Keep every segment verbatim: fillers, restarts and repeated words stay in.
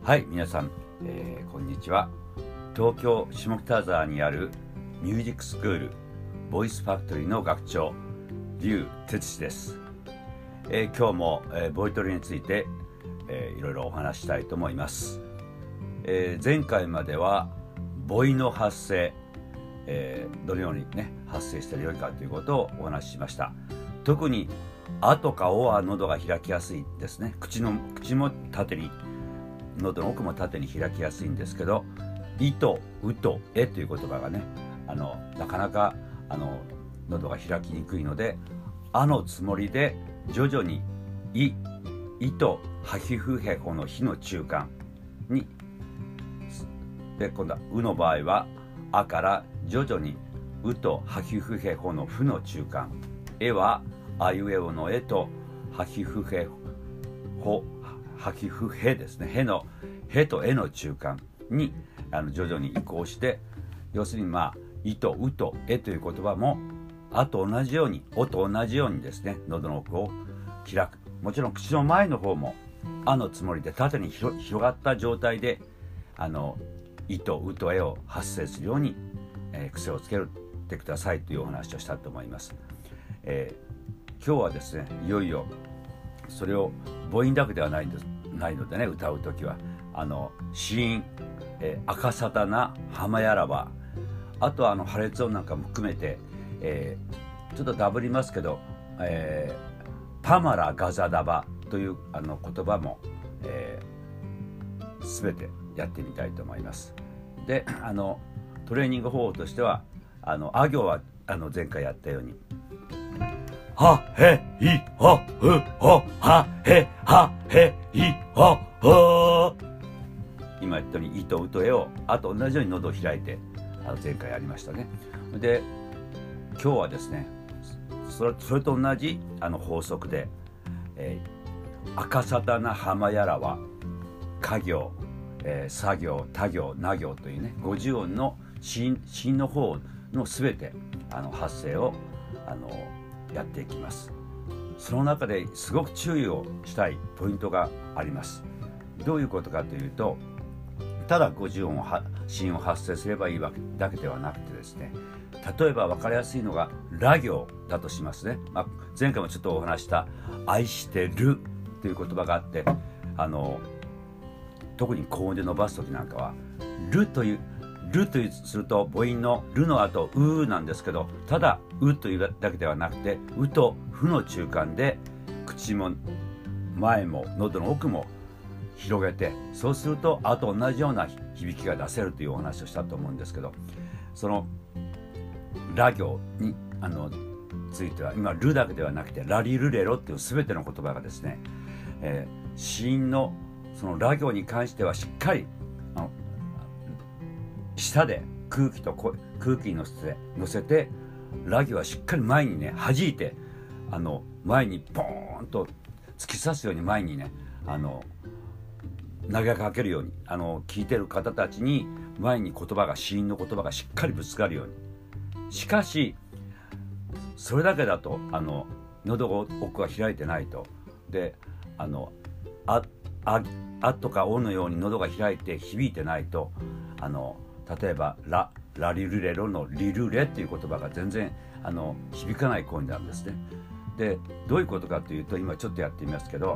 はい、皆さん、えーこんにちは。東京下北沢にあるミュージックスクールボイスファクトリーの学長劉哲司です。えー今日も、えーボイトレについて、えーいろいろお話ししたいと思います。えー前回までは母音の発声、えーどのようにね発声したらよいかということをお話ししました。特にあとかおは喉が開きやすいですね。口の口も縦に、喉の奥も縦に開きやすいんですけど、いとうとえという言葉がね、あのなかなかあの喉が開きにくいので、あのつもりで徐々にい、いとはひふへほのひの中間に、で今度はうの場合はあから徐々にうとはひふへほのふの中間、えはあいうえおのえとはひふへほはきふへですね。へのへとえの中間にあの徐々に移行して、要するにまあいとうとえという言葉もあと同じように、おと同じようにですね、喉の奥を開く。もちろん口の前の方もあのつもりで縦に広がった状態であのいとうとえを発声するように、えー、癖をつけてくださいというお話をしたと思います。えー、今日はですね、いよいよそれを母音だけではないんですないのでね、歌うときはあの子音、えー、赤さたな浜やらば、あとはあの破裂音なんかも含めて、えー、ちょっとダブりますけど、えー、パマラガザダバというあの言葉も、えー、全てやってみたいと思います。で、あのトレーニング方法としては、あのあ行はあの前回やったようにはへいはふほはへはへいはほ、今言ったようにいとうとえをあと同じように喉を開いて、あの前回やりましたね。で今日はですね、それ、それと同じあの法則で、えー、赤さたな浜やらはか行、えー、さ行、た行、な行というねごじゅう音の子音の方のすべてあの発声をあのやっていきます。その中ですごく注意をしたいポイントがあります。どういうことかというと、ただごじゅう音を子音を発声すればいいわけだけではなくてですね、例えば分かりやすいのがら行だとしますね。まあ、前回もちょっとお話した愛してるという言葉があって、あの特に高音で伸ばす時なんかはるというるとすると母音のるの後うなんですけど、ただうというだけではなくてうとふの中間で口も前も喉の奥も広げて、そうするとあと同じような響きが出せるというお話をしたと思うんですけど、そのら行にあのついては今るだけではなくてラリルレロっていう全ての言葉がですね、えー、子音のそのら行に関してはしっかりあの下で空気と空気に乗せて乗せてら行はしっかり前にね弾いて、あの前にポーンと突き刺すように前にねあの投げかけるように、あの聞いてる方たちに前に言葉が子音の言葉がしっかりぶつかるように。しかしそれだけだとあの喉が奥が開いてないと、であのあああとかおのように喉が開いて響いてないと、あの例えばララリルレロのリルレっていう言葉が全然あの響かない声なんですね。でどういうことかというと、今ちょっとやってみますけど、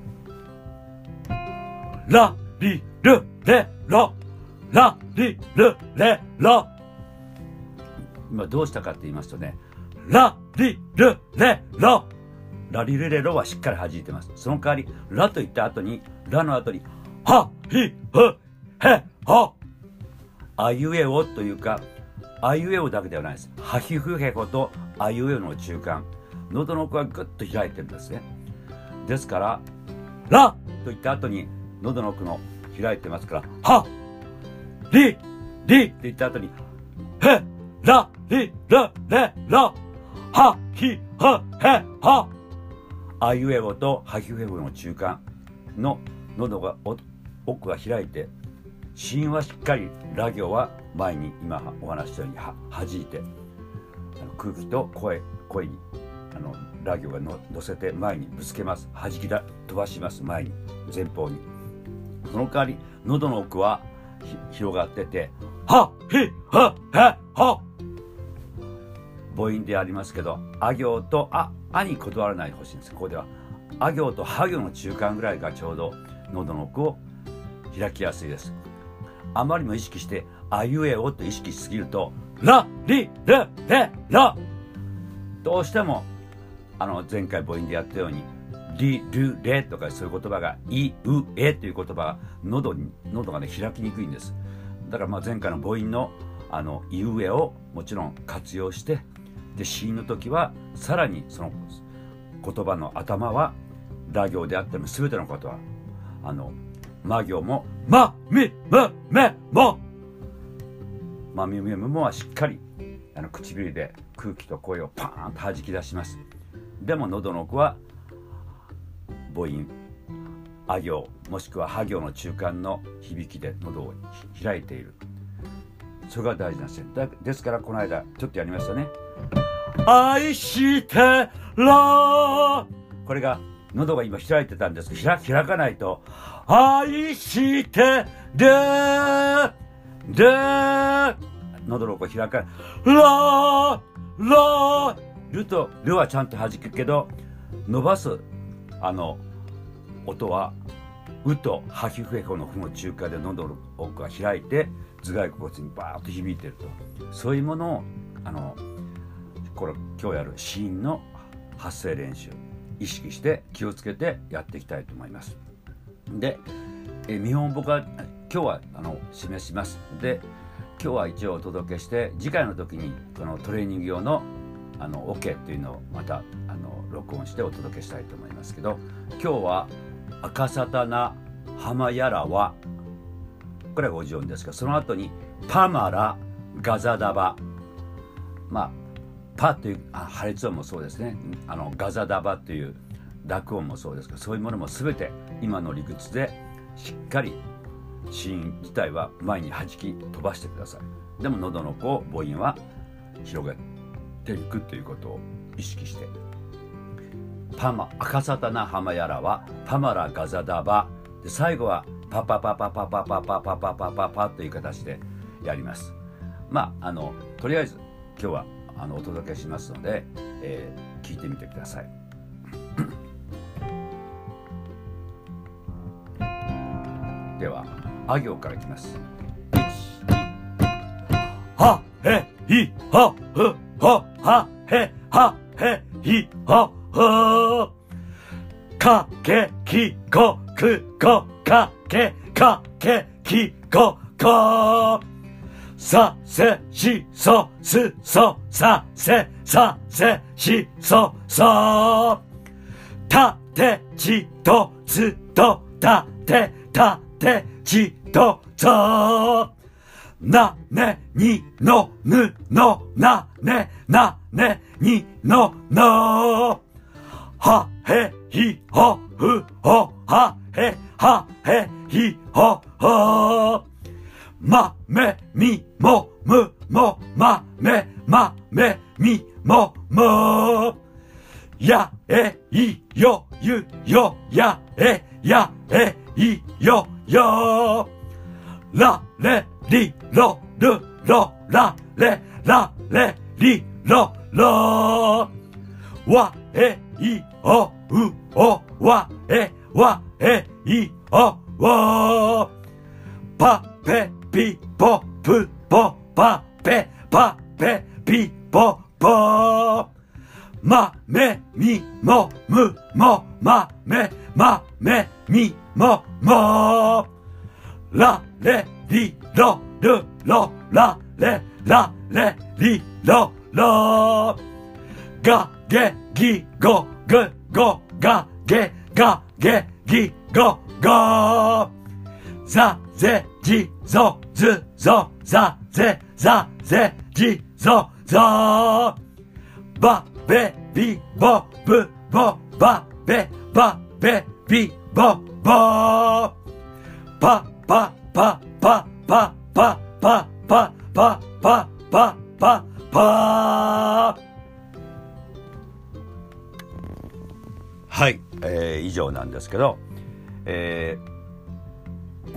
ラリルレロラリルレロ、今どうしたかって言いますとね、ラリルレロラリルレロはしっかり弾いてます。その代わりラと言った後にラの後にはひふへほ、あいうえおというかあいうえおだけではないです。はひふへほとあいうえおの中間、喉の奥はぐっと開いてるんですね。ですからラと言った後に喉の奥の開いてますから、はリリと言った後にへラリルレロはひふへほ、あいうえおとはひふへほの中間の喉が奥が開いて、子音はしっかりら行は前に今お話したようには弾いて、あの空気と声声にあのら行がの乗せて前にぶつけます。弾きだ飛ばします。前に前方に。 その代わり喉の奥は広がってて、はっひはっはっは母音でありますけど、あ行とあ、あに断らないでほしいんです。ここではあ行とは行の中間ぐらいがちょうど喉の奥を開きやすいです。あまりも意識してあいうえおと意識しすぎるとラリレレラ、どうしてもあの前回母音でやったようにリルレとかそういう言葉がいうえという言葉が喉に喉がね開きにくいんです。だからまあ前回の母音のあのいうえをもちろん活用して、で子音の時はさらにその言葉の頭はラ行であっても全てのことはあのま行もまみむめもまみむめもはしっかりあの唇で空気と声をパーンと弾き出します。でも喉の奥は母音あ行もしくはは行の中間の響きで喉を開いている、それが大事なんですよ。だですからこの間ちょっとやりましたね。愛してら、これが喉が今開いてたんですけど、開開かないと愛してるる喉の奥を開かない。ららるとるはちゃんと弾くけど、伸ばすあの音はうとはひふへこのふの中間で喉の奥が開いて頭蓋骨にバーッと響いていると、そういうものをあのこれ今日やる子音の発声練習意識して気をつけてやっていきたいと思います。でえ見本僕は今日はあの示しますので、今日は一応お届けして、次回の時にこのトレーニング用のあの OK っていうのをまたあの録音してお届けしたいと思いますけど、今日は赤さたな浜やらは、これがごじ音ですが、その後にパマラガザダバ、まあパという破裂音もそうですね、あのガザダバという濁音もそうですけど、そういうものも全て今の理屈でしっかり子音自体は前に弾き飛ばしてください。でも喉の子を母音は広げていくということを意識して、パマ赤さたな浜やらはパマラガザダバで、最後はパパパパパパパパパパパパパという形でやります。まああのとりあえず今日はあのお届けしますので、えー、聞いてみてください。ではあ行からいきます。はへいはふははへはへいはふかけきこくこかけかけきここさせしそすそさせさせしそそたてちとつとたてたてちとぞなねにのぬのなねなねにののはへひほふほはへはへひほほまめみもむもまめまめみももやえいよゆよやえやえいよよられりろるろられられりろろわえいおうおわえわえいおおぱぺぴぽぷぽぱぺぱぺぴぽぽまめみもむもまめまめみももられりろるろられられりろろがげぎごぐごがげがげぎごござぜじぞずぞざぜざぜじぞぞばべびぼぶぼばべばべびぼぼパパパパパパパパパパパパパはい、えー、以上なんですけど、えー、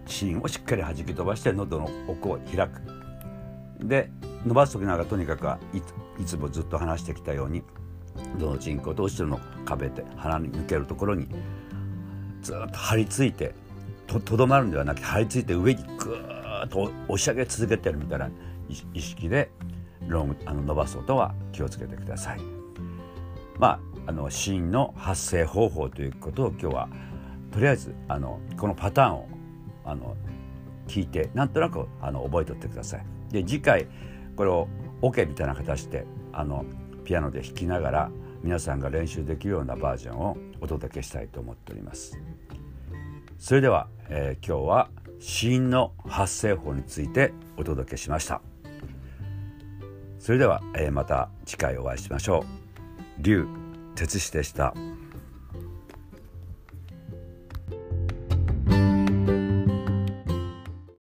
芯をしっかり弾き飛ばして喉の奥を開く。で伸ばす時なんかとにかくい つ, いつもずっと話してきたように喉の鎮口と後ろの壁で鼻に抜けるところにずっと張り付いて と, とどまるんではなくて張り付いて上にグーッと押し上げ続けてるみたいな意識でロングあの伸ばす音は気をつけてください。まああの芯の発声方法ということを今日はとりあえずあのこのパターンをあの聞いてなんとなくあの覚えておいてください。で次回これをオケみたいな形であのピアノで弾きながら皆さんが練習できるようなバージョンをお届けしたいと思っております。それでは、えー、今日は子音の発声法についてお届けしました。それでは、えー、また次回お会いしましょう。劉哲司でした。